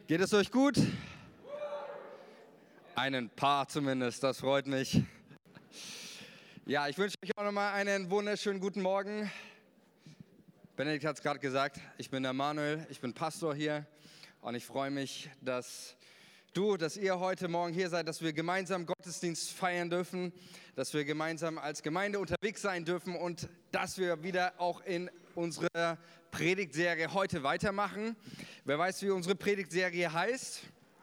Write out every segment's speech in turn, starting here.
Geht es euch gut? Einen paar zumindest, das freut mich. Ja, ich wünsche euch auch nochmal einen wunderschönen guten Morgen. Benedikt hat es gerade gesagt, ich bin der Manuel, ich bin Pastor hier und ich freue mich, dass ihr heute Morgen hier seid, dass wir gemeinsam Gottesdienst feiern dürfen, dass wir gemeinsam als Gemeinde unterwegs sein dürfen und dass wir wieder auch in unserer Predigtserie heute weitermachen. Wer weiß, wie unsere Predigtserie heißt?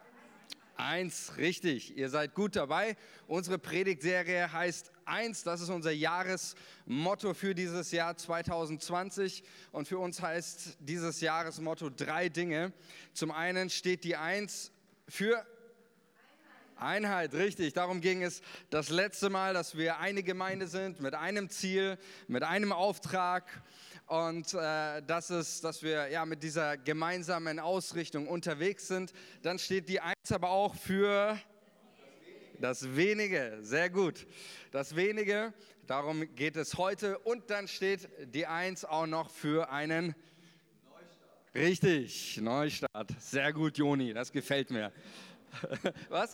Eins, richtig, ihr seid gut dabei. Unsere Predigtserie heißt Eins, das ist unser Jahresmotto für dieses Jahr 2020 und für uns heißt dieses Jahresmotto 3 Dinge. Zum einen steht die Eins für Einheit, richtig. Darum ging es das letzte Mal, dass wir eine Gemeinde sind mit einem Ziel, mit einem Auftrag und dass wir mit dieser gemeinsamen Ausrichtung unterwegs sind. Dann steht die Eins aber auch für das Wenige, sehr gut. Das Wenige, darum geht es heute. Und dann steht die Eins auch noch für einen Neustart. Richtig, Neustart. Sehr gut, Joni, das gefällt mir. Was?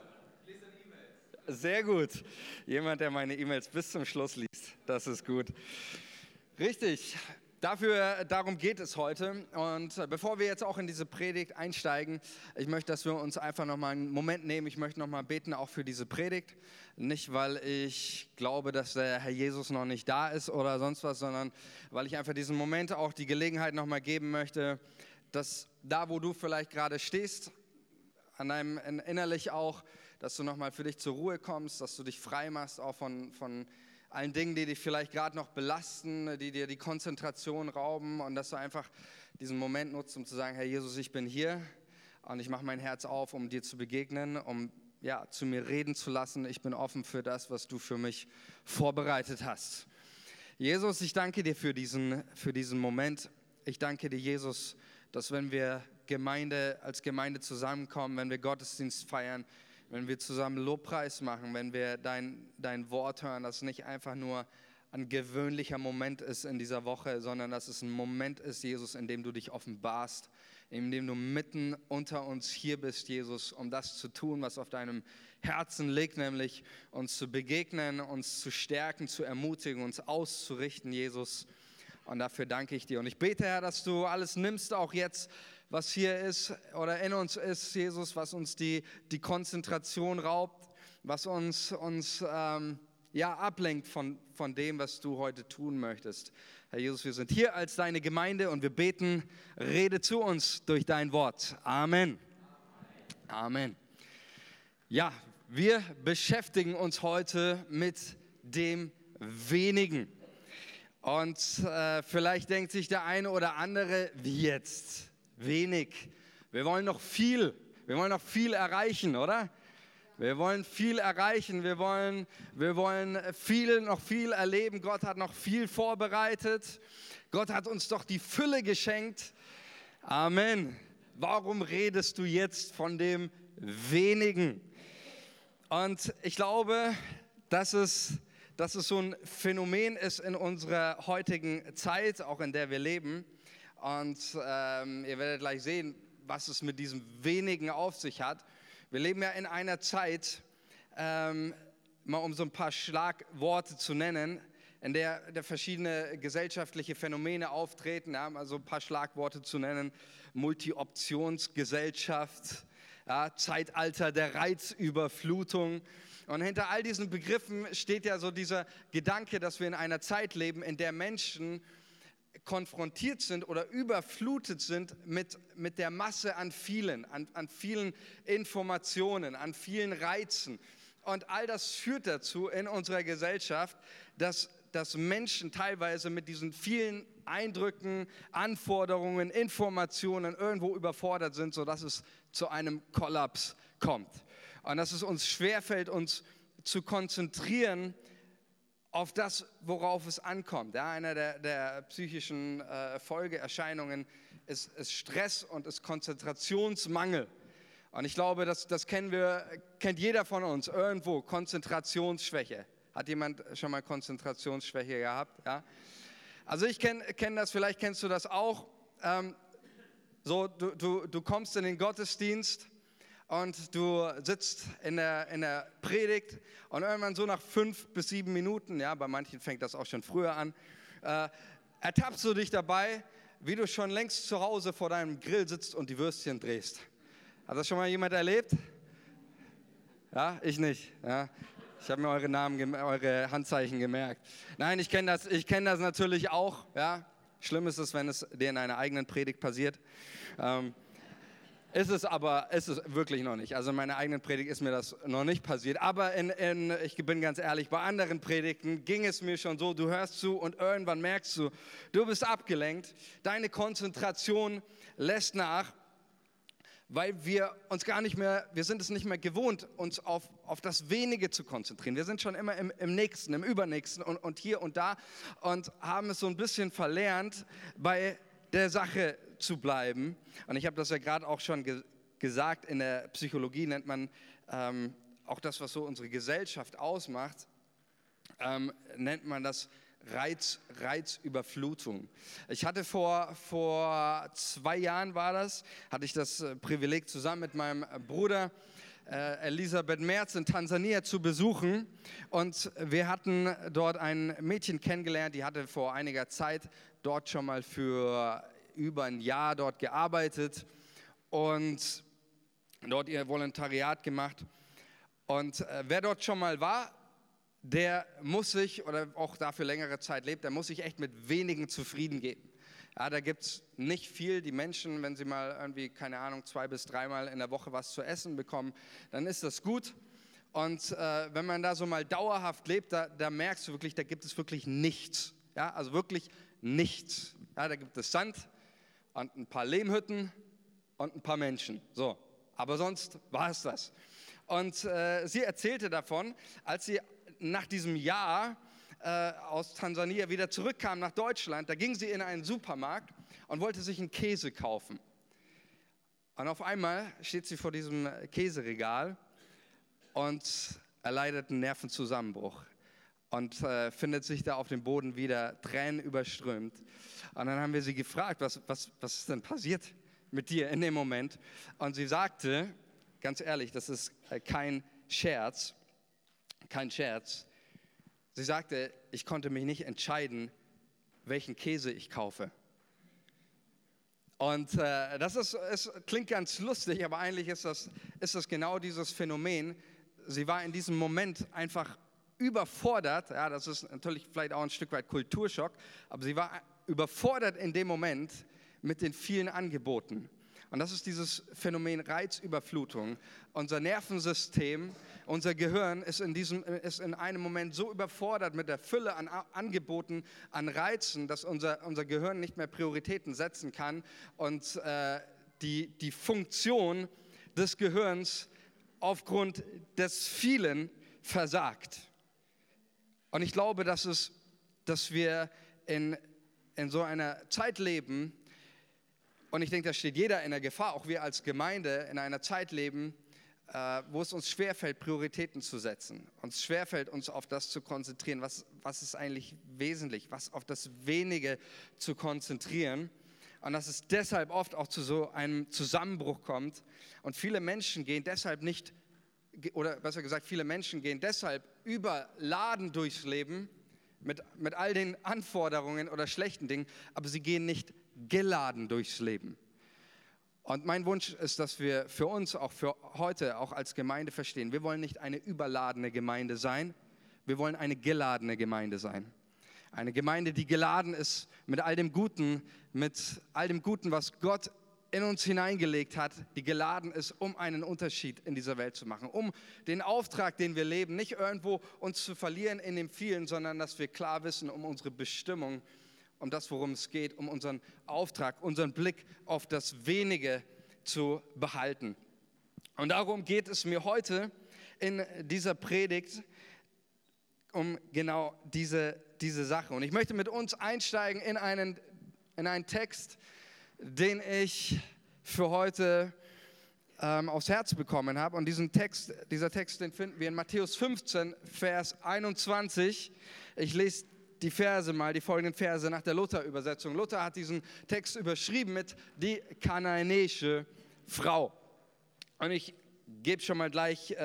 Sehr gut. Jemand, der meine E-Mails bis zum Schluss liest. Das ist gut. Richtig. Darum geht es heute. Und bevor wir jetzt auch in diese Predigt einsteigen, ich möchte, dass wir uns einfach nochmal einen Moment nehmen. Ich möchte nochmal beten, auch für diese Predigt. Nicht, weil ich glaube, dass der Herr Jesus noch nicht da ist oder sonst was, sondern weil ich einfach diesen Moment auch die Gelegenheit nochmal geben möchte, dass da, wo du vielleicht gerade stehst, an deinem innerlich auch, dass du nochmal für dich zur Ruhe kommst, dass du dich frei machst auch von allen Dingen, die dich vielleicht gerade noch belasten, die dir die Konzentration rauben und dass du einfach diesen Moment nutzt, um zu sagen, Herr Jesus, ich bin hier und ich mache mein Herz auf, um dir zu begegnen, um zu mir reden zu lassen. Ich bin offen für das, was du für mich vorbereitet hast. Jesus, ich danke dir für diesen Moment. Ich danke dir, Jesus, dass wenn wir als Gemeinde zusammenkommen, wenn wir Gottesdienst feiern, wenn wir zusammen Lobpreis machen, wenn wir dein Wort hören, dass es nicht einfach nur ein gewöhnlicher Moment ist in dieser Woche, sondern dass es ein Moment ist, Jesus, in dem du dich offenbarst, in dem du mitten unter uns hier bist, Jesus, um das zu tun, was auf deinem Herzen liegt, nämlich uns zu begegnen, uns zu stärken, zu ermutigen, uns auszurichten, Jesus. Und dafür danke ich dir. Und ich bete, Herr, dass du alles nimmst, auch jetzt, was hier ist oder in uns ist, Jesus, was uns die Konzentration raubt, was uns ablenkt von dem, was du heute tun möchtest. Herr Jesus, wir sind hier als deine Gemeinde und wir beten, rede zu uns durch dein Wort. Amen. Amen. Ja, wir beschäftigen uns heute mit dem Wenigen. Und vielleicht denkt sich der eine oder andere, wie jetzt? Wenig. Wir wollen noch viel erreichen, oder? Wir wollen viel erreichen, wir wollen noch viel erleben. Gott hat noch viel vorbereitet. Gott hat uns doch die Fülle geschenkt. Amen. Warum redest du jetzt von dem Wenigen? Und ich glaube, dass es so ein Phänomen ist in unserer heutigen Zeit, auch in der wir leben. Und ihr werdet gleich sehen, was es mit diesem Wenigen auf sich hat. Wir leben ja in einer Zeit, mal um so ein paar Schlagworte zu nennen, in der verschiedene gesellschaftliche Phänomene auftreten. Ja, also ein paar Schlagworte zu nennen: Multi-Optionsgesellschaft, Zeitalter der Reizüberflutung. Und hinter all diesen Begriffen steht ja so dieser Gedanke, dass wir in einer Zeit leben, in der Menschen konfrontiert sind oder überflutet sind mit der Masse an vielen Informationen, an vielen Reizen. Und all das führt dazu in unserer Gesellschaft, dass Menschen teilweise mit diesen vielen Eindrücken, Anforderungen, Informationen irgendwo überfordert sind, sodass es zu einem Kollaps kommt. Und dass es uns schwerfällt, uns zu konzentrieren auf das, worauf es ankommt. Ja, einer der psychischen Folgeerscheinungen ist Stress und ist Konzentrationsmangel. Und ich glaube, das kennt jeder von uns irgendwo, Konzentrationsschwäche. Hat jemand schon mal Konzentrationsschwäche gehabt? Ja? Also ich kenn das, vielleicht kennst du das auch. So, du kommst in den Gottesdienst und du sitzt in der Predigt und irgendwann so nach 5 bis 7 Minuten, ja, bei manchen fängt das auch schon früher an, ertappst du dich dabei, wie du schon längst zu Hause vor deinem Grill sitzt und die Würstchen drehst. Hat das schon mal jemand erlebt? Ja, ich nicht. Ja. Ich habe mir eure Handzeichen gemerkt. Nein, ich kenne das natürlich auch. Ja. Schlimm ist es, wenn es dir in einer eigenen Predigt passiert. Ist es wirklich noch nicht. Also in meiner eigenen Predigt ist mir das noch nicht passiert. Aber ich bin ganz ehrlich, bei anderen Predigten ging es mir schon so, du hörst zu und irgendwann merkst du bist abgelenkt. Deine Konzentration lässt nach, weil wir sind es nicht mehr gewohnt, uns auf das Wenige zu konzentrieren. Wir sind schon immer im Nächsten, im Übernächsten und hier und da und haben es so ein bisschen verlernt, bei der Sache zu bleiben. Und ich habe das ja gerade auch schon gesagt, in der Psychologie nennt man auch das, was so unsere Gesellschaft ausmacht, nennt man das Reizüberflutung. Ich hatte vor 2 Jahren hatte ich das Privileg, zusammen mit meinem Bruder Elisabeth Merz in Tansania zu besuchen. Und wir hatten dort ein Mädchen kennengelernt, die hatte vor einiger Zeit dort schon mal für über ein Jahr dort gearbeitet und dort ihr Volontariat gemacht. Und wer dort schon mal war, der muss sich, oder auch dafür längere Zeit lebt, der muss sich echt mit wenigen zufrieden geben. Ja, da gibt es nicht viel. Die Menschen, wenn sie mal irgendwie, keine Ahnung, 2 bis 3 Mal in der Woche was zu essen bekommen, dann ist das gut. Und wenn man da so mal dauerhaft lebt, da merkst du wirklich, da gibt es wirklich nichts. Ja, also wirklich nichts. Ja, da gibt es Sand und ein paar Lehmhütten und ein paar Menschen. So, aber sonst war es das. Und sie erzählte davon, als sie nach diesem Jahr aus Tansania wieder zurückkam nach Deutschland, da ging sie in einen Supermarkt und wollte sich einen Käse kaufen. Und auf einmal steht sie vor diesem Käseregal und erleidet einen Nervenzusammenbruch und findet sich da auf dem Boden wieder, Tränen überströmt. Und dann haben wir sie gefragt, was ist denn passiert mit dir in dem Moment? Und sie sagte, ganz ehrlich, das ist kein Scherz. Sie sagte, ich konnte mich nicht entscheiden, welchen Käse ich kaufe. Und es klingt ganz lustig, aber eigentlich ist das genau dieses Phänomen. Sie war in diesem Moment einfach überfordert. Ja, das ist natürlich vielleicht auch ein Stück weit Kulturschock, aber sie war überfordert in dem Moment mit den vielen Angeboten. Und das ist dieses Phänomen Reizüberflutung. Unser Nervensystem, unser Gehirn ist in einem Moment so überfordert mit der Fülle an Angeboten, an Reizen, dass unser Gehirn nicht mehr Prioritäten setzen kann und die Funktion des Gehirns aufgrund des vielen versagt. Und ich glaube, dass wir in so einer Zeit leben, und ich denke, da steht jeder in der Gefahr, auch wir als Gemeinde, in einer Zeit leben, wo es uns schwerfällt, Prioritäten zu setzen. Uns schwerfällt, uns auf das zu konzentrieren, was ist eigentlich wesentlich, was auf das Wenige zu konzentrieren. Und dass es deshalb oft auch zu so einem Zusammenbruch kommt. Und viele Menschen gehen deshalb überladen durchs Leben mit all den Anforderungen oder schlechten Dingen, aber sie gehen nicht geladen durchs Leben. Und mein Wunsch ist, dass wir für uns, auch für heute, auch als Gemeinde verstehen, wir wollen nicht eine überladene Gemeinde sein, wir wollen eine geladene Gemeinde sein. Eine Gemeinde, die geladen ist mit all dem Guten, was Gott in uns hineingelegt hat, die geladen ist, um einen Unterschied in dieser Welt zu machen, um den Auftrag, den wir leben, nicht irgendwo uns zu verlieren in dem Vielen, sondern dass wir klar wissen um unsere Bestimmung, um das, worum es geht, um unseren Auftrag, unseren Blick auf das Wenige zu behalten. Und darum geht es mir heute in dieser Predigt, um genau diese Sache. Und ich möchte mit uns einsteigen in einen Text, den ich für heute aufs Herz bekommen habe. Und dieser Text, den finden wir in Matthäus 15, Vers 21. Ich lese die Verse mal, die folgenden Verse nach der Luther-Übersetzung. Luther hat diesen Text überschrieben mit die kanaanäische Frau. Und ich gebe schon mal gleich,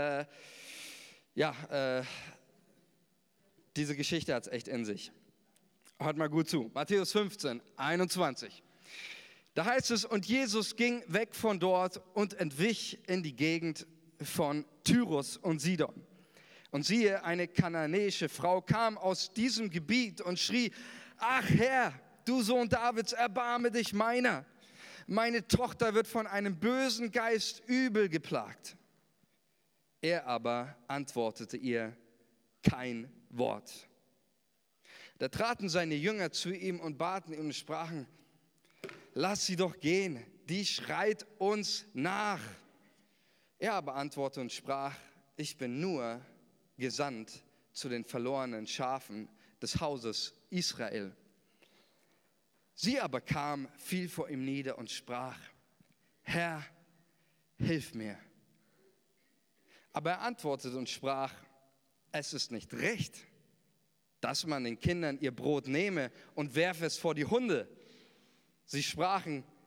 diese Geschichte hat es echt in sich. Hört mal gut zu. Matthäus 15, 21. Da heißt es, und Jesus ging weg von dort und entwich in die Gegend von Tyrus und Sidon. Und siehe, eine kanaanäische Frau kam aus diesem Gebiet und schrie, ach Herr, du Sohn Davids, erbarme dich meiner. Meine Tochter wird von einem bösen Geist übel geplagt. Er aber antwortete ihr kein Wort. Da traten seine Jünger zu ihm und baten ihn und sprachen, lass sie doch gehen, die schreit uns nach. Er aber antwortete und sprach, ich bin nur gesandt zu den verlorenen Schafen des Hauses Israel. Sie aber kam, fiel vor ihm nieder und sprach, Herr, hilf mir. Aber er antwortete und sprach, es ist nicht recht, dass man den Kindern ihr Brot nehme und werfe es vor die Hunde. Sie sprach,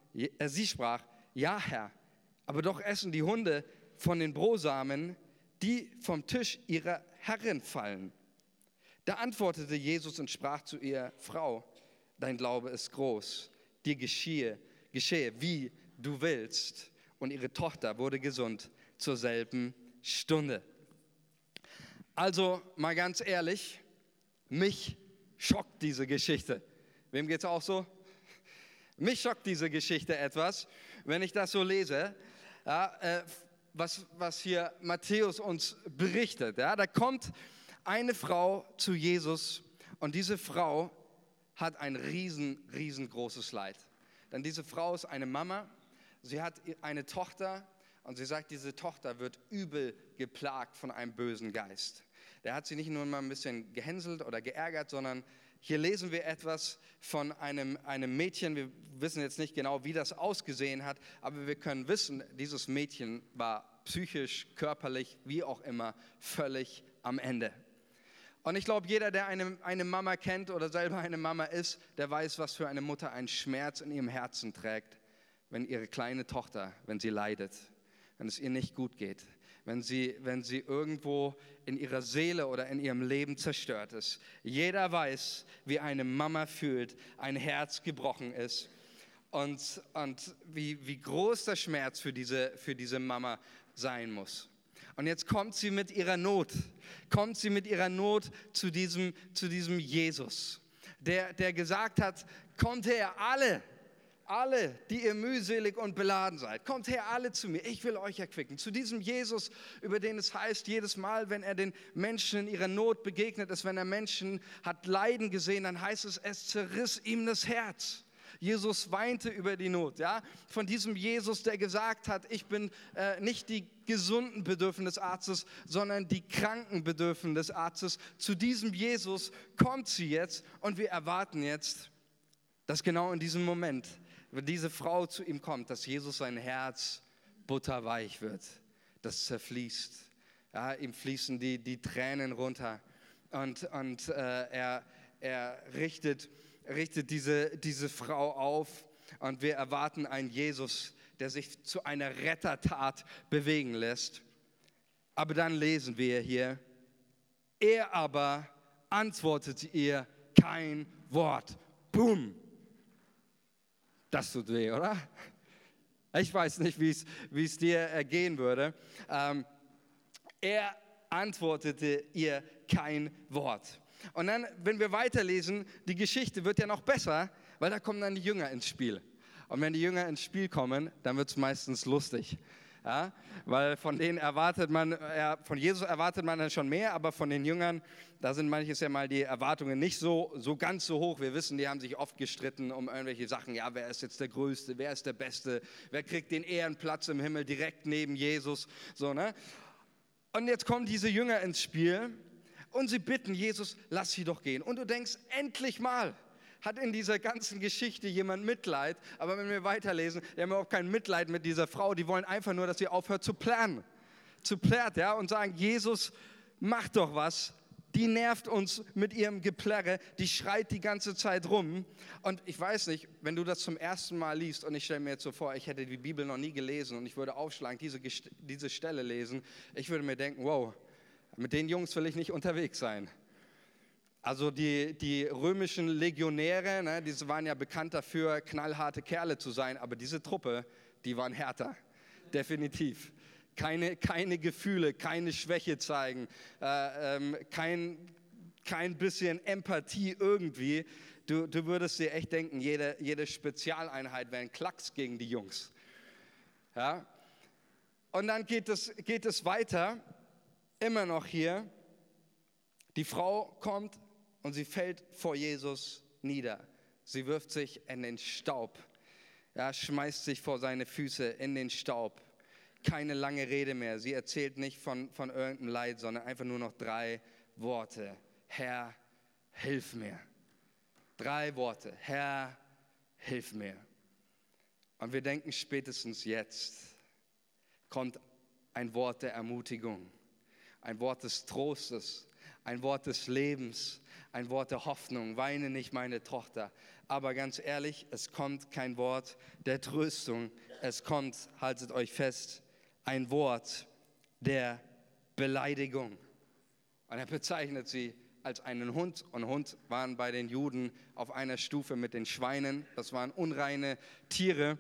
ja Herr, aber doch essen die Hunde von den Brosamen, die vom Tisch ihrer Herrin fallen. Da antwortete Jesus und sprach zu ihr, Frau, dein Glaube ist groß, dir geschehe, wie du willst. Und ihre Tochter wurde gesund zur selben Stunde. Also mal ganz ehrlich, mich schockt diese Geschichte. Wem geht's auch so? Mich schockt diese Geschichte etwas, wenn ich das so lese, ja, was hier Matthäus uns berichtet. Ja, da kommt eine Frau zu Jesus und diese Frau hat ein riesengroßes Leid. Denn diese Frau ist eine Mama, sie hat eine Tochter und sie sagt, diese Tochter wird übel geplagt von einem bösen Geist. Der hat sie nicht nur mal ein bisschen gehänselt oder geärgert, sondern hier lesen wir etwas von einem Mädchen. Wir wissen jetzt nicht genau, wie das ausgesehen hat, aber wir können wissen, dieses Mädchen war psychisch, körperlich, wie auch immer, völlig am Ende. Und ich glaube, jeder, der eine Mama kennt oder selber eine Mama ist, der weiß, was für eine Mutter einen Schmerz in ihrem Herzen trägt, wenn ihre kleine Tochter, wenn sie leidet, wenn es ihr nicht gut geht. Wenn sie irgendwo in ihrer Seele oder in ihrem Leben zerstört ist. Jeder weiß, wie eine Mama fühlt, ein Herz gebrochen ist und wie groß der Schmerz für diese Mama sein muss. Und jetzt kommt sie mit ihrer Not zu diesem Jesus, der gesagt hat, kommt her, alle, die ihr mühselig und beladen seid, kommt her alle zu mir, ich will euch erquicken. Zu diesem Jesus, über den es heißt, jedes Mal, wenn er den Menschen in ihrer Not begegnet ist, wenn er Menschen hat leiden gesehen, dann heißt es zerriss ihm das Herz. Jesus weinte über die Not, ja? Von diesem Jesus, der gesagt hat, ich bin nicht die Gesunden bedürfen des Arztes, sondern die Kranken bedürfen des Arztes. Zu diesem Jesus kommt sie jetzt und wir erwarten jetzt, dass genau in diesem Moment, wenn diese Frau zu ihm kommt, dass Jesus sein Herz butterweich wird, das zerfließt. Ja, ihm fließen die Tränen runter und er richtet diese Frau auf und wir erwarten einen Jesus, der sich zu einer Rettertat bewegen lässt. Aber dann lesen wir hier, er aber antwortete ihr kein Wort. Boom! Das tut weh, oder? Ich weiß nicht, wie es dir ergehen würde. Er antwortete ihr kein Wort. Und dann, wenn wir weiterlesen, die Geschichte wird ja noch besser, weil da kommen dann die Jünger ins Spiel. Und wenn die Jünger ins Spiel kommen, dann wird es meistens lustig. Ja? Weil von Jesus erwartet man dann schon mehr, aber von den Jüngern, da sind manches ja mal die Erwartungen nicht so ganz so hoch. Wir wissen, die haben sich oft gestritten um irgendwelche Sachen. Ja, wer ist jetzt der Größte, wer ist der Beste, wer kriegt den Ehrenplatz im Himmel direkt neben Jesus. So, ne? Und jetzt kommen diese Jünger ins Spiel und sie bitten Jesus, lass sie doch gehen. Und du denkst, endlich mal hat in dieser ganzen Geschichte jemand Mitleid. Aber wenn wir weiterlesen, die haben überhaupt kein Mitleid mit dieser Frau. Die wollen einfach nur, dass sie aufhört zu plären. Ja, und sagen, Jesus, mach doch was. die nervt uns mit ihrem Geplärre, die schreit die ganze Zeit rum. Und ich weiß nicht, wenn du das zum ersten Mal liest und ich stelle mir jetzt so vor, ich hätte die Bibel noch nie gelesen und ich würde aufschlagen, diese Stelle lesen, ich würde mir denken, wow, mit den Jungs will ich nicht unterwegs sein. Also die römischen Legionäre, ne, die waren ja bekannt dafür, knallharte Kerle zu sein, aber diese Truppe, die waren härter, definitiv. Keine Gefühle, keine Schwäche zeigen, kein bisschen Empathie irgendwie. Du würdest dir echt denken, jede Spezialeinheit wäre ein Klacks gegen die Jungs. Ja? Und dann geht es weiter, immer noch hier. Die Frau kommt und sie fällt vor Jesus nieder. Sie wirft sich in den Staub, ja, schmeißt sich vor seine Füße in den Staub. Keine lange Rede mehr. Sie erzählt nicht von irgendeinem Leid, sondern einfach nur noch 3 Worte. Herr, hilf mir. 3 Worte. Herr, hilf mir. Und wir denken, spätestens jetzt kommt ein Wort der Ermutigung, ein Wort des Trostes, ein Wort des Lebens, ein Wort der Hoffnung. Weine nicht, meine Tochter. Aber ganz ehrlich, es kommt kein Wort der Tröstung. Es kommt, haltet euch fest, ein Wort der Beleidigung. Und er bezeichnet sie als einen Hund. Und Hund waren bei den Juden auf einer Stufe mit den Schweinen. Das waren unreine Tiere.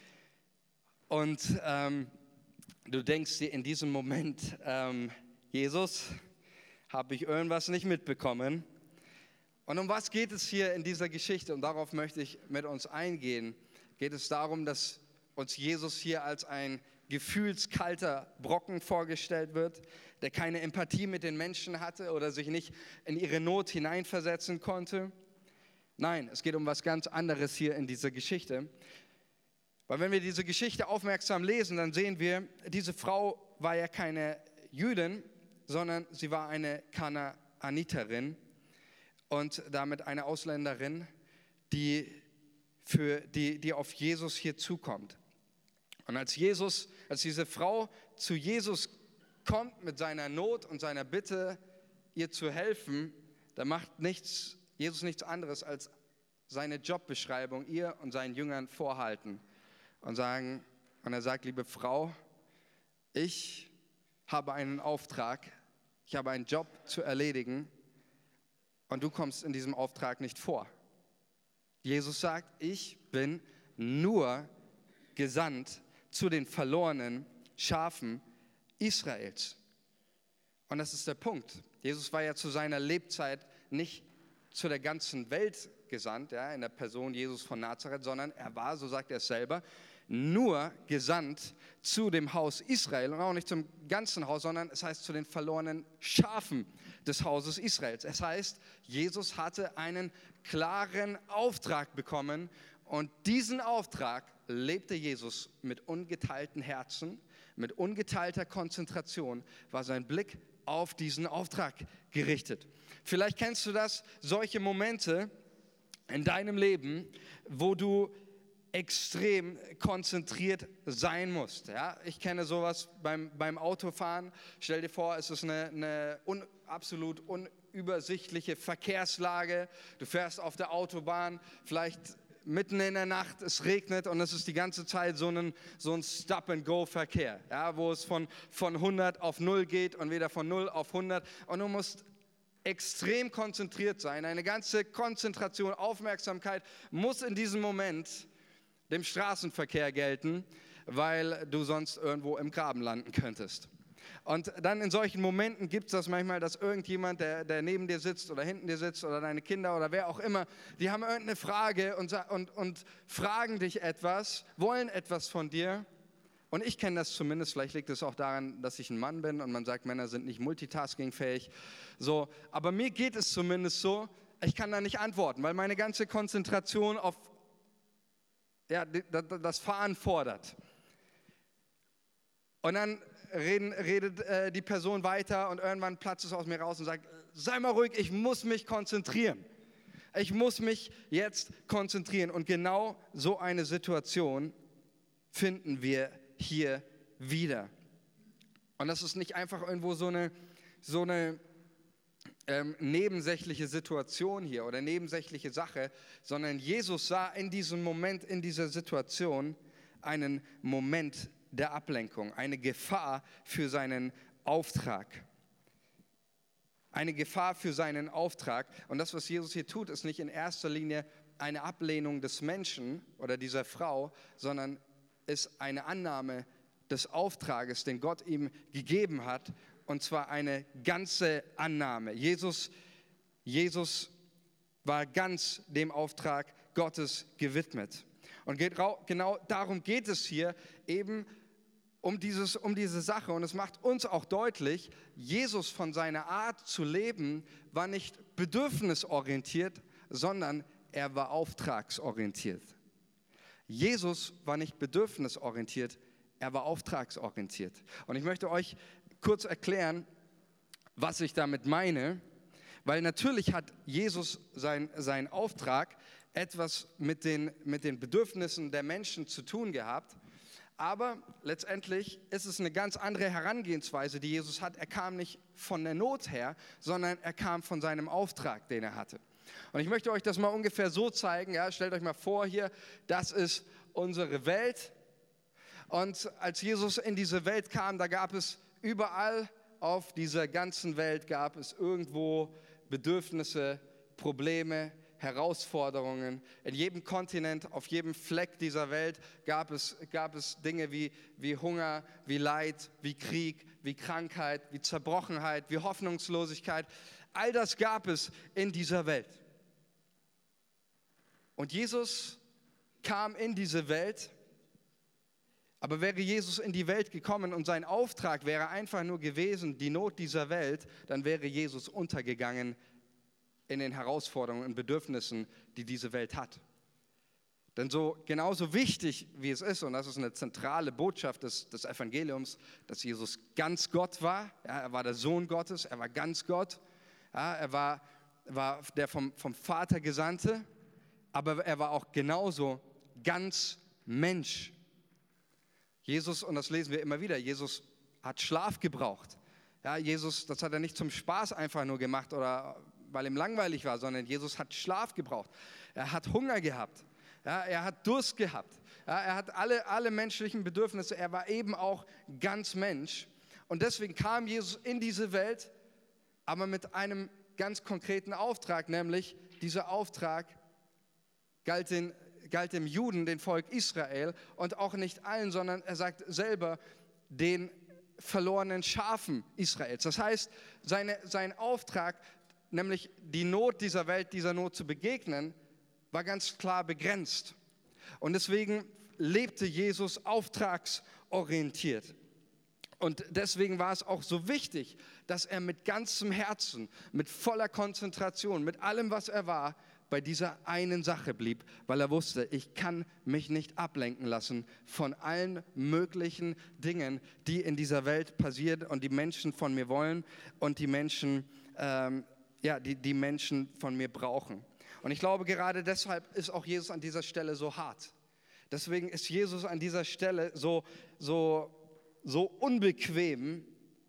Und du denkst dir in diesem Moment, Jesus, habe ich irgendwas nicht mitbekommen? Und um was geht es hier in dieser Geschichte? Und darauf möchte ich mit uns eingehen. Geht es darum, dass uns Jesus hier als ein gefühlskalter Brocken vorgestellt wird, der keine Empathie mit den Menschen hatte oder sich nicht in ihre Not hineinversetzen konnte? Nein, es geht um was ganz anderes hier in dieser Geschichte. Weil wenn wir diese Geschichte aufmerksam lesen, dann sehen wir, diese Frau war ja keine Jüdin, sondern sie war eine Kanaaniterin und damit eine Ausländerin, die auf Jesus hier zukommt. Und als diese Frau zu Jesus kommt mit seiner Not und seiner Bitte, ihr zu helfen, da macht Jesus nichts anderes als seine Jobbeschreibung ihr und seinen Jüngern vorhalten und er sagt, liebe Frau, ich habe einen Auftrag, ich habe einen Job zu erledigen und du kommst in diesem Auftrag nicht vor. Jesus sagt, ich bin nur gesandt zu den verlorenen Schafen Israels. Und das ist der Punkt. Jesus war ja zu seiner Lebzeit nicht zu der ganzen Welt gesandt, ja, in der Person Jesus von Nazareth, sondern er war, so sagt er es selber, nur gesandt zu dem Haus Israel und auch nicht zum ganzen Haus, sondern es heißt zu den verlorenen Schafen des Hauses Israels. Es heißt, Jesus hatte einen klaren Auftrag bekommen und diesen Auftrag lebte Jesus mit ungeteilten Herzen, mit ungeteilter Konzentration, war sein Blick auf diesen Auftrag gerichtet. Vielleicht kennst du das, solche Momente in deinem Leben, wo du extrem konzentriert sein musst. Ja? Ich kenne sowas beim Autofahren. Stell dir vor, es ist eine absolut unübersichtliche Verkehrslage. Du fährst auf der Autobahn, vielleicht mitten in der Nacht, es regnet und es ist die ganze Zeit so ein Stop-and-Go-Verkehr, ja, wo es von 100 auf 0 geht und wieder von 0 auf 100 und du musst extrem konzentriert sein. Eine ganze Konzentration, Aufmerksamkeit muss in diesem Moment dem Straßenverkehr gelten, weil du sonst irgendwo im Graben landen könntest. Und dann in solchen Momenten gibt es das manchmal, dass irgendjemand, der neben dir sitzt oder hinten dir sitzt oder deine Kinder oder wer auch immer, die haben irgendeine Frage und fragen dich etwas, wollen etwas von dir. Und ich kenne das zumindest, vielleicht liegt es auch daran, dass ich ein Mann bin und man sagt, Männer sind nicht multitaskingfähig. So, aber mir geht es zumindest so, ich kann da nicht antworten, weil meine ganze Konzentration auf das Fahren fordert. Und dann redet die Person weiter und irgendwann platzt es aus mir raus und sagt, sei mal ruhig, ich muss mich konzentrieren. Ich muss mich jetzt konzentrieren. Und genau so eine Situation finden wir hier wieder. Und das ist nicht einfach irgendwo so eine nebensächliche Situation hier oder nebensächliche Sache, sondern Jesus sah in diesem Moment, in dieser Situation einen Moment der Ablenkung, eine Gefahr für seinen Auftrag. Eine Gefahr für seinen Auftrag. Und das, was Jesus hier tut, ist nicht in erster Linie eine Ablehnung des Menschen oder dieser Frau, sondern ist eine Annahme des Auftrages, den Gott ihm gegeben hat. Und zwar eine ganze Annahme. Jesus war ganz dem Auftrag Gottes gewidmet. Und genau darum geht es hier eben um diese Sache. Und es macht uns auch deutlich, Jesus von seiner Art zu leben war nicht bedürfnisorientiert, sondern er war auftragsorientiert. Jesus war nicht bedürfnisorientiert, er war auftragsorientiert. Und ich möchte euch kurz erklären, was ich damit meine, weil natürlich hat Jesus seinen Auftrag etwas mit den Bedürfnissen der Menschen zu tun gehabt, aber letztendlich ist es eine ganz andere Herangehensweise, die Jesus hat. Er kam nicht von der Not her, sondern er kam von seinem Auftrag, den er hatte. Und ich möchte euch das mal ungefähr so zeigen. Ja, stellt euch mal vor hier, das ist unsere Welt. Und als Jesus in diese Welt kam, da gab es überall auf dieser ganzen Welt gab es irgendwo Bedürfnisse, Probleme, Herausforderungen. In jedem Kontinent, auf jedem Fleck dieser Welt gab es Dinge wie Hunger, wie Leid, wie Krieg, wie Krankheit, wie Zerbrochenheit, wie Hoffnungslosigkeit. All das gab es in dieser Welt. Und Jesus kam in diese Welt. Aber wäre Jesus in die Welt gekommen und sein Auftrag wäre einfach nur gewesen, die Not dieser Welt, dann wäre Jesus untergegangen in den Herausforderungen und Bedürfnissen, die diese Welt hat. Denn genauso wichtig wie es ist, und das ist eine zentrale Botschaft des Evangeliums, dass Jesus ganz Gott war, ja, er war der Sohn Gottes, er war ganz Gott, ja, er war der vom Vater Gesandte, aber er war auch genauso ganz Mensch. Jesus, und das lesen wir immer wieder, Jesus hat Schlaf gebraucht. Ja, Jesus, das hat er nicht zum Spaß einfach nur gemacht oder weil ihm langweilig war, sondern Jesus hat Schlaf gebraucht. Er hat Hunger gehabt. Ja, er hat Durst gehabt. Ja, er hat alle menschlichen Bedürfnisse. Er war eben auch ganz Mensch. Und deswegen kam Jesus in diese Welt, aber mit einem ganz konkreten Auftrag, nämlich dieser Auftrag galt dem Juden, dem Volk Israel und auch nicht allen, sondern er sagt selber den verlorenen Schafen Israels. Das heißt, sein Auftrag, nämlich die Not dieser Welt, dieser Not zu begegnen, war ganz klar begrenzt. Und deswegen lebte Jesus auftragsorientiert. Und deswegen war es auch so wichtig, dass er mit ganzem Herzen, mit voller Konzentration, mit allem, was er war, bei dieser einen Sache blieb, weil er wusste, ich kann mich nicht ablenken lassen von allen möglichen Dingen, die in dieser Welt passieren und die Menschen von mir wollen und die Menschen, die Menschen von mir brauchen. Und ich glaube, gerade deshalb ist auch Jesus an dieser Stelle so hart. Deswegen ist Jesus an dieser Stelle so unbequem,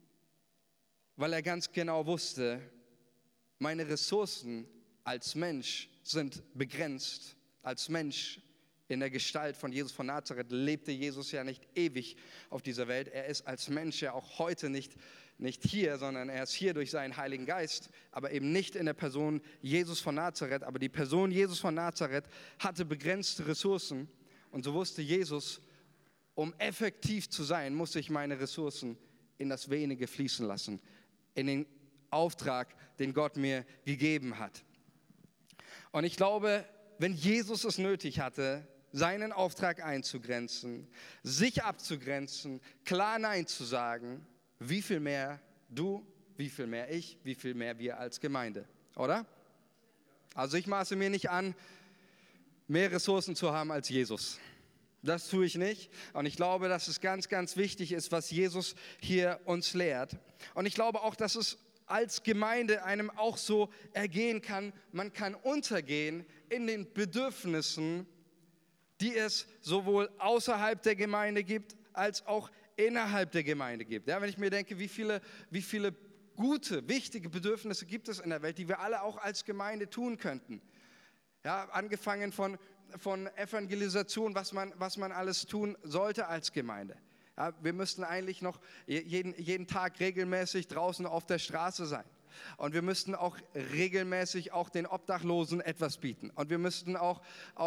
weil er ganz genau wusste, meine Ressourcen als Mensch sind begrenzt. Als Mensch in der Gestalt von Jesus von Nazareth lebte Jesus ja nicht ewig auf dieser Welt. Er ist als Mensch ja auch heute nicht hier, sondern er ist hier durch seinen Heiligen Geist, aber eben nicht in der Person Jesus von Nazareth. Aber die Person Jesus von Nazareth hatte begrenzte Ressourcen und so wusste Jesus, um effektiv zu sein, muss ich meine Ressourcen in das Wenige fließen lassen, in den Auftrag, den Gott mir gegeben hat. Und ich glaube, wenn Jesus es nötig hatte, seinen Auftrag einzugrenzen, sich abzugrenzen, klar Nein zu sagen, wie viel mehr du, wie viel mehr ich, wie viel mehr wir als Gemeinde, oder? Also ich maße mir nicht an, mehr Ressourcen zu haben als Jesus. Das tue ich nicht. Und ich glaube, dass es ganz, ganz wichtig ist, was Jesus hier uns lehrt. Und ich glaube auch, dass es als Gemeinde einem auch so ergehen kann. Man kann untergehen in den Bedürfnissen, die es sowohl außerhalb der Gemeinde gibt, als auch innerhalb der Gemeinde gibt. Ja, wenn ich mir denke, wie viele gute, wichtige Bedürfnisse gibt es in der Welt, die wir alle auch als Gemeinde tun könnten. Ja, angefangen von Evangelisation, was man alles tun sollte als Gemeinde. Ja, wir müssten eigentlich noch jeden Tag regelmäßig draußen auf der Straße sein. Und wir müssten auch regelmäßig auch den Obdachlosen etwas bieten. Und wir müssten auch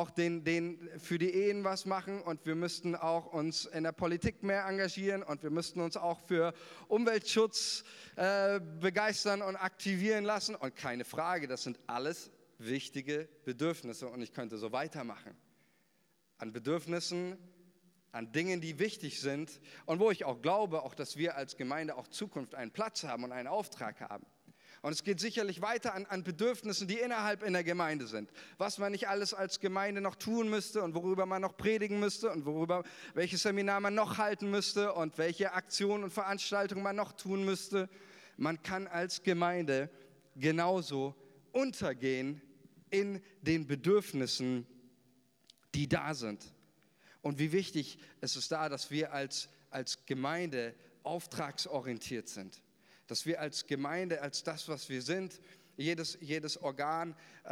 den für die Ehen was machen. Und wir müssten auch uns in der Politik mehr engagieren. Und wir müssten uns auch für Umweltschutz begeistern und aktivieren lassen. Und keine Frage, das sind alles wichtige Bedürfnisse. Und ich könnte so weitermachen. An Bedürfnissen, an Dingen, die wichtig sind. Und wo ich auch glaube, auch dass wir als Gemeinde auch Zukunft einen Platz haben und einen Auftrag haben. Und es geht sicherlich weiter an Bedürfnissen, die innerhalb in der Gemeinde sind. Was man nicht alles als Gemeinde noch tun müsste und worüber man noch predigen müsste und welches Seminar man noch halten müsste und welche Aktionen und Veranstaltungen man noch tun müsste. Man kann als Gemeinde genauso untergehen in den Bedürfnissen, die da sind. Und wie wichtig ist es da, dass wir als Gemeinde auftragsorientiert sind. Dass wir als Gemeinde, als das, was wir sind, jedes Organ,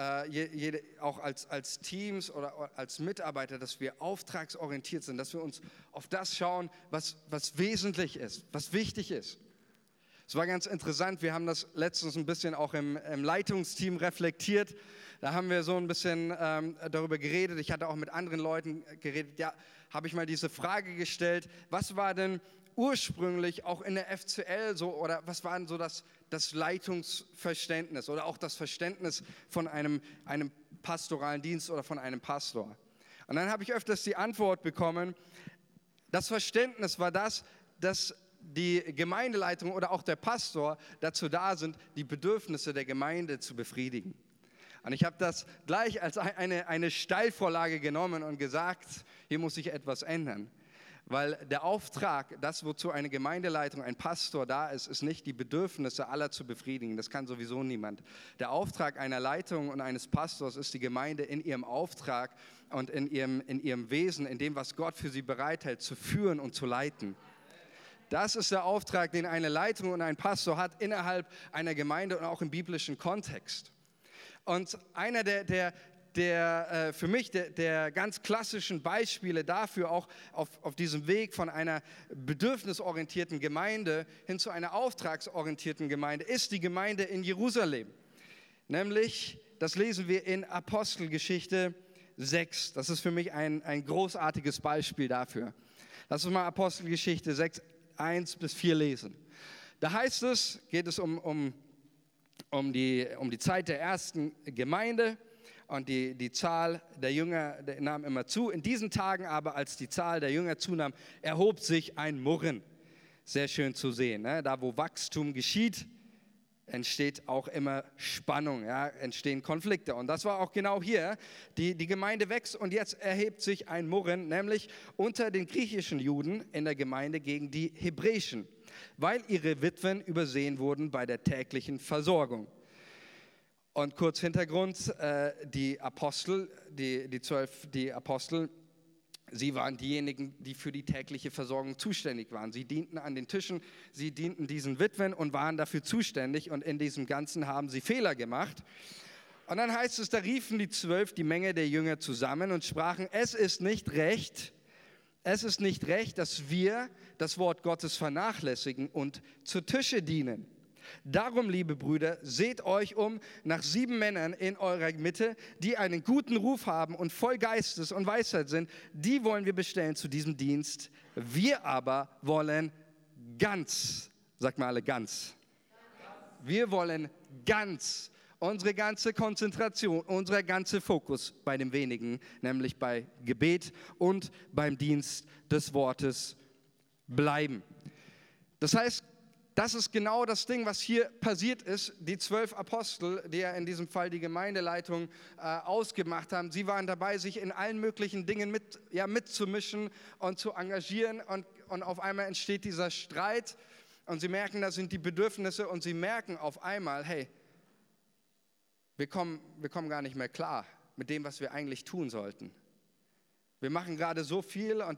auch als Teams oder als Mitarbeiter, dass wir auftragsorientiert sind, dass wir uns auf das schauen, was wesentlich ist, was wichtig ist. Es war ganz interessant, wir haben das letztens ein bisschen auch im Leitungsteam reflektiert. Da haben wir so ein bisschen darüber geredet. Ich hatte auch mit anderen Leuten geredet. Ja, habe ich mal diese Frage gestellt, was war denn ursprünglich auch in der FCL so, oder was war denn so das Leitungsverständnis oder auch das Verständnis von einem pastoralen Dienst oder von einem Pastor? Und dann habe ich öfters die Antwort bekommen, das Verständnis war das, dass die Gemeindeleitung oder auch der Pastor dazu da sind, die Bedürfnisse der Gemeinde zu befriedigen. Und ich habe das gleich als eine Steilvorlage genommen und gesagt, hier muss sich etwas ändern. Weil der Auftrag, das wozu eine Gemeindeleitung, ein Pastor da ist, ist nicht die Bedürfnisse aller zu befriedigen. Das kann sowieso niemand. Der Auftrag einer Leitung und eines Pastors ist, die Gemeinde in ihrem Auftrag und in ihrem Wesen, in dem, was Gott für sie bereithält, zu führen und zu leiten. Das ist der Auftrag, den eine Leitung und ein Pastor hat innerhalb einer Gemeinde und auch im biblischen Kontext. Und einer für mich der ganz klassischen Beispiele dafür, auch auf diesem Weg von einer bedürfnisorientierten Gemeinde hin zu einer auftragsorientierten Gemeinde, ist die Gemeinde in Jerusalem. Nämlich, das lesen wir in Apostelgeschichte 6. Das ist für mich ein großartiges Beispiel dafür. Lass uns mal Apostelgeschichte 6, 1-4 lesen. Da heißt es, geht es um die Zeit der ersten Gemeinde. Und die Zahl der Jünger nahm immer zu. In diesen Tagen aber, als die Zahl der Jünger zunahm, erhob sich ein Murren. Sehr schön zu sehen. Ne? Da, wo Wachstum geschieht, entsteht auch immer Spannung, ja? Entstehen Konflikte. Und das war auch genau hier. Die Gemeinde wächst und jetzt erhebt sich ein Murren, nämlich unter den griechischen Juden in der Gemeinde gegen die hebräischen, weil ihre Witwen übersehen wurden bei der täglichen Versorgung. Und kurz Hintergrund, die Apostel, die 12 Apostel, sie waren diejenigen, die für die tägliche Versorgung zuständig waren. Sie dienten an den Tischen, sie dienten diesen Witwen und waren dafür zuständig. Und in diesem Ganzen haben sie Fehler gemacht. Und dann heißt es, da riefen die 12 die Menge der Jünger zusammen und sprachen, es ist nicht recht, dass wir das Wort Gottes vernachlässigen und zu Tische dienen. Darum, liebe Brüder, seht euch um nach 7 Männern in eurer Mitte, die einen guten Ruf haben und voll Geistes und Weisheit sind. Die wollen wir bestellen zu diesem Dienst. Wir aber wollen ganz, sagt mal alle ganz. Wir wollen ganz, unsere ganze Konzentration, unser ganzer Fokus bei dem Wenigen, nämlich bei Gebet und beim Dienst des Wortes bleiben. Das heißt, das ist genau das Ding, was hier passiert ist. Die 12 Apostel, die ja in diesem Fall die Gemeindeleitung ausgemacht haben, sie waren dabei, sich in allen möglichen Dingen mitzumischen und zu engagieren. Und auf einmal entsteht dieser Streit und sie merken, das sind die Bedürfnisse und sie merken auf einmal, hey, wir kommen gar nicht mehr klar mit dem, was wir eigentlich tun sollten. wir machen gerade so viel und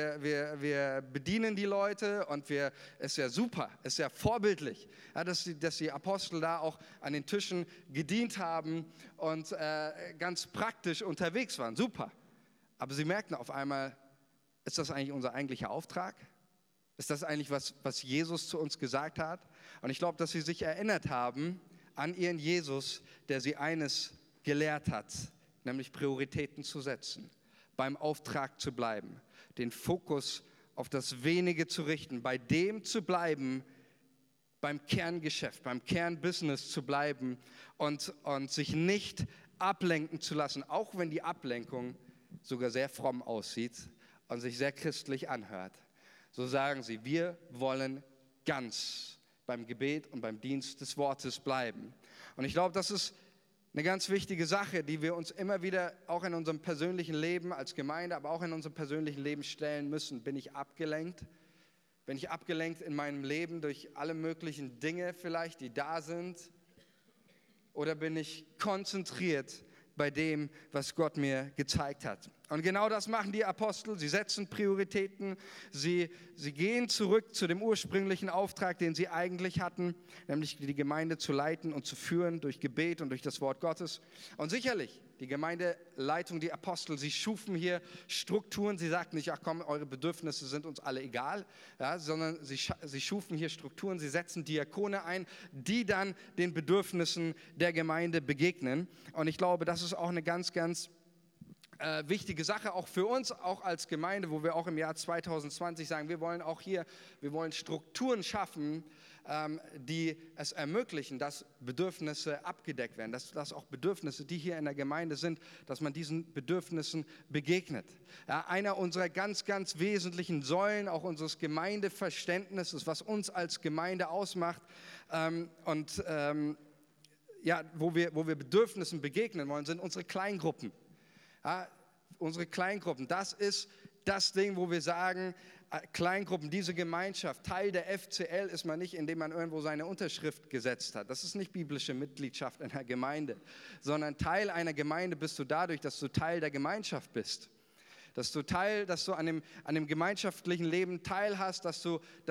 wir bedienen die Leute und es ist ja super, es ist ja vorbildlich, ja, dass die Apostel da auch an den Tischen gedient haben und ganz praktisch unterwegs waren, super. Aber sie merkten auf einmal, ist das eigentlich unser eigentlicher Auftrag? Ist das eigentlich was Jesus zu uns gesagt hat? Und ich glaube, dass sie sich erinnert haben an ihren Jesus, der sie eines gelehrt hat, nämlich Prioritäten zu setzen, beim Auftrag zu bleiben, den Fokus auf das Wenige zu richten, bei dem zu bleiben, beim Kerngeschäft, beim Kernbusiness zu bleiben und sich nicht ablenken zu lassen, auch wenn die Ablenkung sogar sehr fromm aussieht und sich sehr christlich anhört. So sagen sie, wir wollen ganz beim Gebet und beim Dienst des Wortes bleiben. Und ich glaube, das ist eine ganz wichtige Sache, die wir uns immer wieder auch in unserem persönlichen Leben als Gemeinde, aber auch in unserem persönlichen Leben stellen müssen. Bin ich abgelenkt? Bin ich abgelenkt in meinem Leben durch alle möglichen Dinge vielleicht, die da sind? Oder bin ich konzentriert bei dem, was Gott mir gezeigt hat? Und genau das machen die Apostel. Sie setzen Prioritäten. Sie gehen zurück zu dem ursprünglichen Auftrag, den sie eigentlich hatten, nämlich die Gemeinde zu leiten und zu führen durch Gebet und durch das Wort Gottes. Und sicherlich, die Gemeindeleitung, die Apostel, sie schufen hier Strukturen. Sie sagten nicht, ach komm, eure Bedürfnisse sind uns alle egal, ja, sondern sie schufen hier Strukturen. Sie setzen Diakone ein, die dann den Bedürfnissen der Gemeinde begegnen. Und ich glaube, das ist auch eine ganz, ganz wichtige Sache, auch für uns, auch als Gemeinde, wo wir auch im Jahr 2020 sagen, wir wollen Strukturen schaffen, die es ermöglichen, dass Bedürfnisse abgedeckt werden, dass auch Bedürfnisse, die hier in der Gemeinde sind, dass man diesen Bedürfnissen begegnet. Ja, einer unserer ganz, ganz wesentlichen Säulen, auch unseres Gemeindeverständnisses, was uns als Gemeinde ausmacht wo wir Bedürfnissen begegnen wollen, sind unsere Kleingruppen. Ja, unsere Kleingruppen, das ist das Ding, wo wir sagen, Kleingruppen, diese Gemeinschaft, Teil der FCL ist man nicht, indem man irgendwo seine Unterschrift gesetzt hat. Das ist nicht biblische Mitgliedschaft in einer Gemeinde, sondern Teil einer Gemeinde bist du dadurch, dass du Teil der Gemeinschaft bist. Dass du an dem gemeinschaftlichen Leben teilhast, dass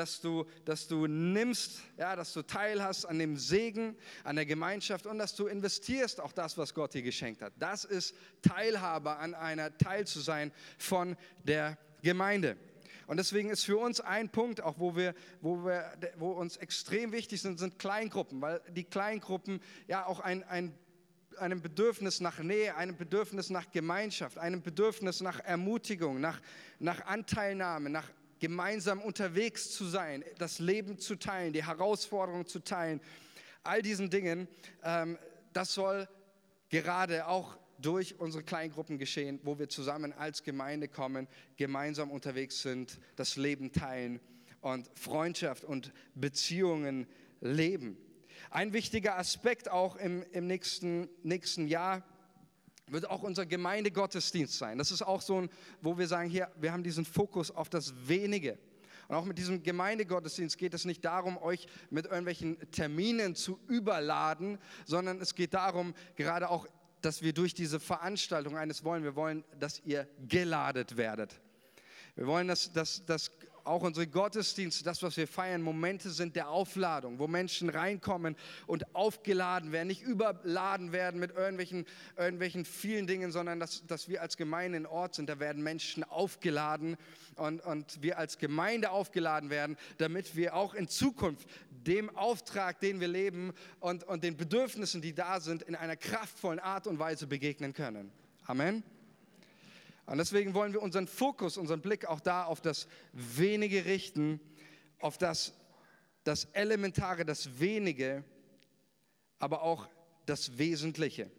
du nimmst, ja, dass du teilhast an dem Segen, an der Gemeinschaft und dass du investierst auch das, was Gott dir geschenkt hat. Das ist Teilhabe an einer Teil zu sein von der Gemeinde. Und deswegen ist für uns ein Punkt, auch wo uns extrem wichtig sind Kleingruppen, weil die Kleingruppen ja auch einem Bedürfnis nach Nähe, einem Bedürfnis nach Gemeinschaft, einem Bedürfnis nach Ermutigung, nach Anteilnahme, nach gemeinsam unterwegs zu sein, das Leben zu teilen, die Herausforderungen zu teilen. All diesen Dingen, das soll gerade auch durch unsere Kleingruppen geschehen, wo wir zusammen als Gemeinde kommen, gemeinsam unterwegs sind, das Leben teilen und Freundschaft und Beziehungen leben. Ein wichtiger Aspekt auch im nächsten Jahr wird auch unser Gemeindegottesdienst sein. Das ist auch so wo wir sagen, hier, wir haben diesen Fokus auf das Wenige. Und auch mit diesem Gemeindegottesdienst geht es nicht darum, euch mit irgendwelchen Terminen zu überladen, sondern es geht darum, gerade auch, dass wir durch diese Veranstaltung wir wollen, dass ihr geladet werdet. Wir wollen, dass auch unsere Gottesdienste, das, was wir feiern, Momente sind der Aufladung, wo Menschen reinkommen und aufgeladen werden, nicht überladen werden mit irgendwelchen vielen Dingen, sondern dass wir als Gemeinde ein Ort sind, da werden Menschen aufgeladen und wir als Gemeinde aufgeladen werden, damit wir auch in Zukunft dem Auftrag, den wir leben und den Bedürfnissen, die da sind, in einer kraftvollen Art und Weise begegnen können. Amen. Und deswegen wollen wir unseren Fokus, unseren Blick auch da auf das Wenige richten, auf das Elementare, das Wenige, aber auch das Wesentliche.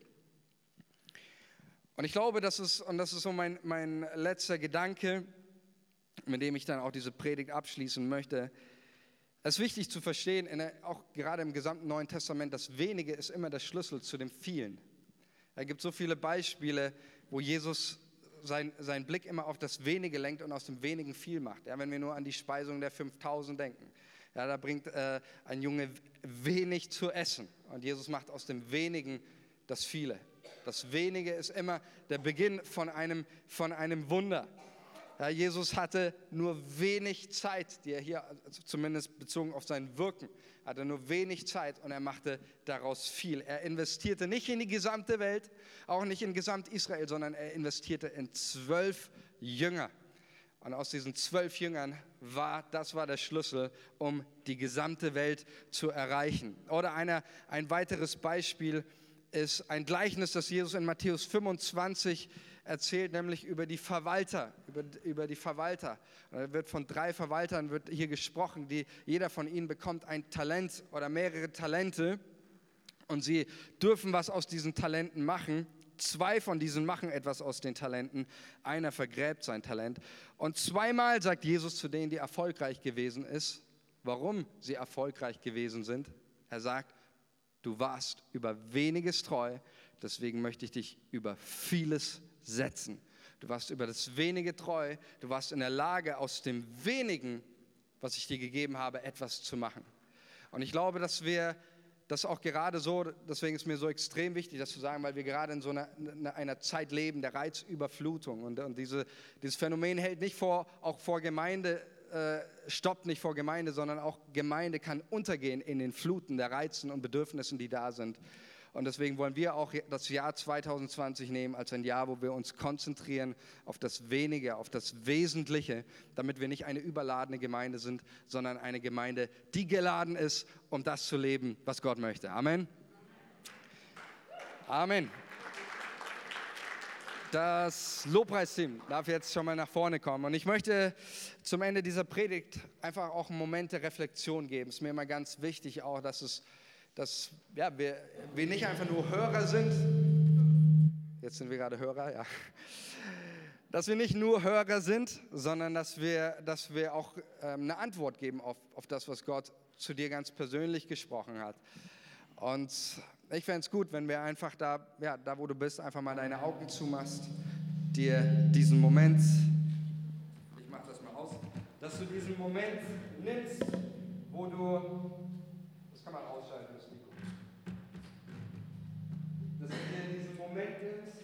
Und ich glaube, das ist so mein letzter Gedanke, mit dem ich dann auch diese Predigt abschließen möchte. Es ist wichtig zu verstehen, auch gerade im gesamten Neuen Testament, das Wenige ist immer der Schlüssel zu dem Vielen. Es gibt so viele Beispiele, wo Jesus sein Blick immer auf das Wenige lenkt und aus dem Wenigen viel macht. Ja, wenn wir nur an die Speisung der 5000 denken. Ja, da bringt ein Junge wenig zu essen und Jesus macht aus dem Wenigen das Viele. Das Wenige ist immer der Beginn von einem Wunder. Ja, Jesus hatte nur wenig Zeit, die er hier, also zumindest bezogen auf sein Wirken, hatte nur wenig Zeit und er machte daraus viel. Er investierte nicht in die gesamte Welt, auch nicht in gesamt Israel, sondern er investierte in 12 Jünger. Und aus diesen 12 Jüngern das war der Schlüssel, um die gesamte Welt zu erreichen. Oder ein weiteres Beispiel ist ein Gleichnis, das Jesus in Matthäus 25 erzählt, nämlich über die Verwalter. Über die Verwalter. Und da wird von 3 Verwaltern wird hier gesprochen, jeder von ihnen bekommt ein Talent oder mehrere Talente und sie dürfen was aus diesen Talenten machen. 2 von diesen machen etwas aus den Talenten, einer vergräbt sein Talent. Und 2-mal sagt Jesus zu denen, die erfolgreich gewesen ist, warum sie erfolgreich gewesen sind. Er sagt, du warst über weniges treu, deswegen möchte ich dich über vieles setzen. Du warst über das Wenige treu, du warst in der Lage, aus dem Wenigen, was ich dir gegeben habe, etwas zu machen. Und ich glaube, dass wir das auch gerade so, deswegen ist mir so extrem wichtig, das zu sagen, weil wir gerade in so einer Zeit leben, der Reizüberflutung. Und dieses Phänomen hält nicht auch vor Gemeinde, stoppt nicht vor Gemeinde, sondern auch Gemeinde kann untergehen in den Fluten der Reizen und Bedürfnissen, die da sind. Und deswegen wollen wir auch das Jahr 2020 nehmen als ein Jahr, wo wir uns konzentrieren auf das Wenige, auf das Wesentliche, damit wir nicht eine überladene Gemeinde sind, sondern eine Gemeinde, die geladen ist, um das zu leben, was Gott möchte. Amen. Amen. Das Lobpreisteam darf jetzt schon mal nach vorne kommen. Und ich möchte zum Ende dieser Predigt einfach auch einen Moment der Reflexion geben. Es ist mir immer ganz wichtig auch, dass wir nicht einfach nur Hörer sind. Jetzt sind wir gerade Hörer, ja. Dass wir nicht nur Hörer sind, sondern dass wir auch eine Antwort geben auf das, was Gott zu dir ganz persönlich gesprochen hat. Und ich fände es gut, wenn wir einfach da wo du bist, einfach mal deine Augen zumachst, dir diesen Moment, ich mach das mal aus, dass du diesen Moment nimmst, wo du, das kann man ausschalten, das Mikro, dass du dir diesen Moment nimmst,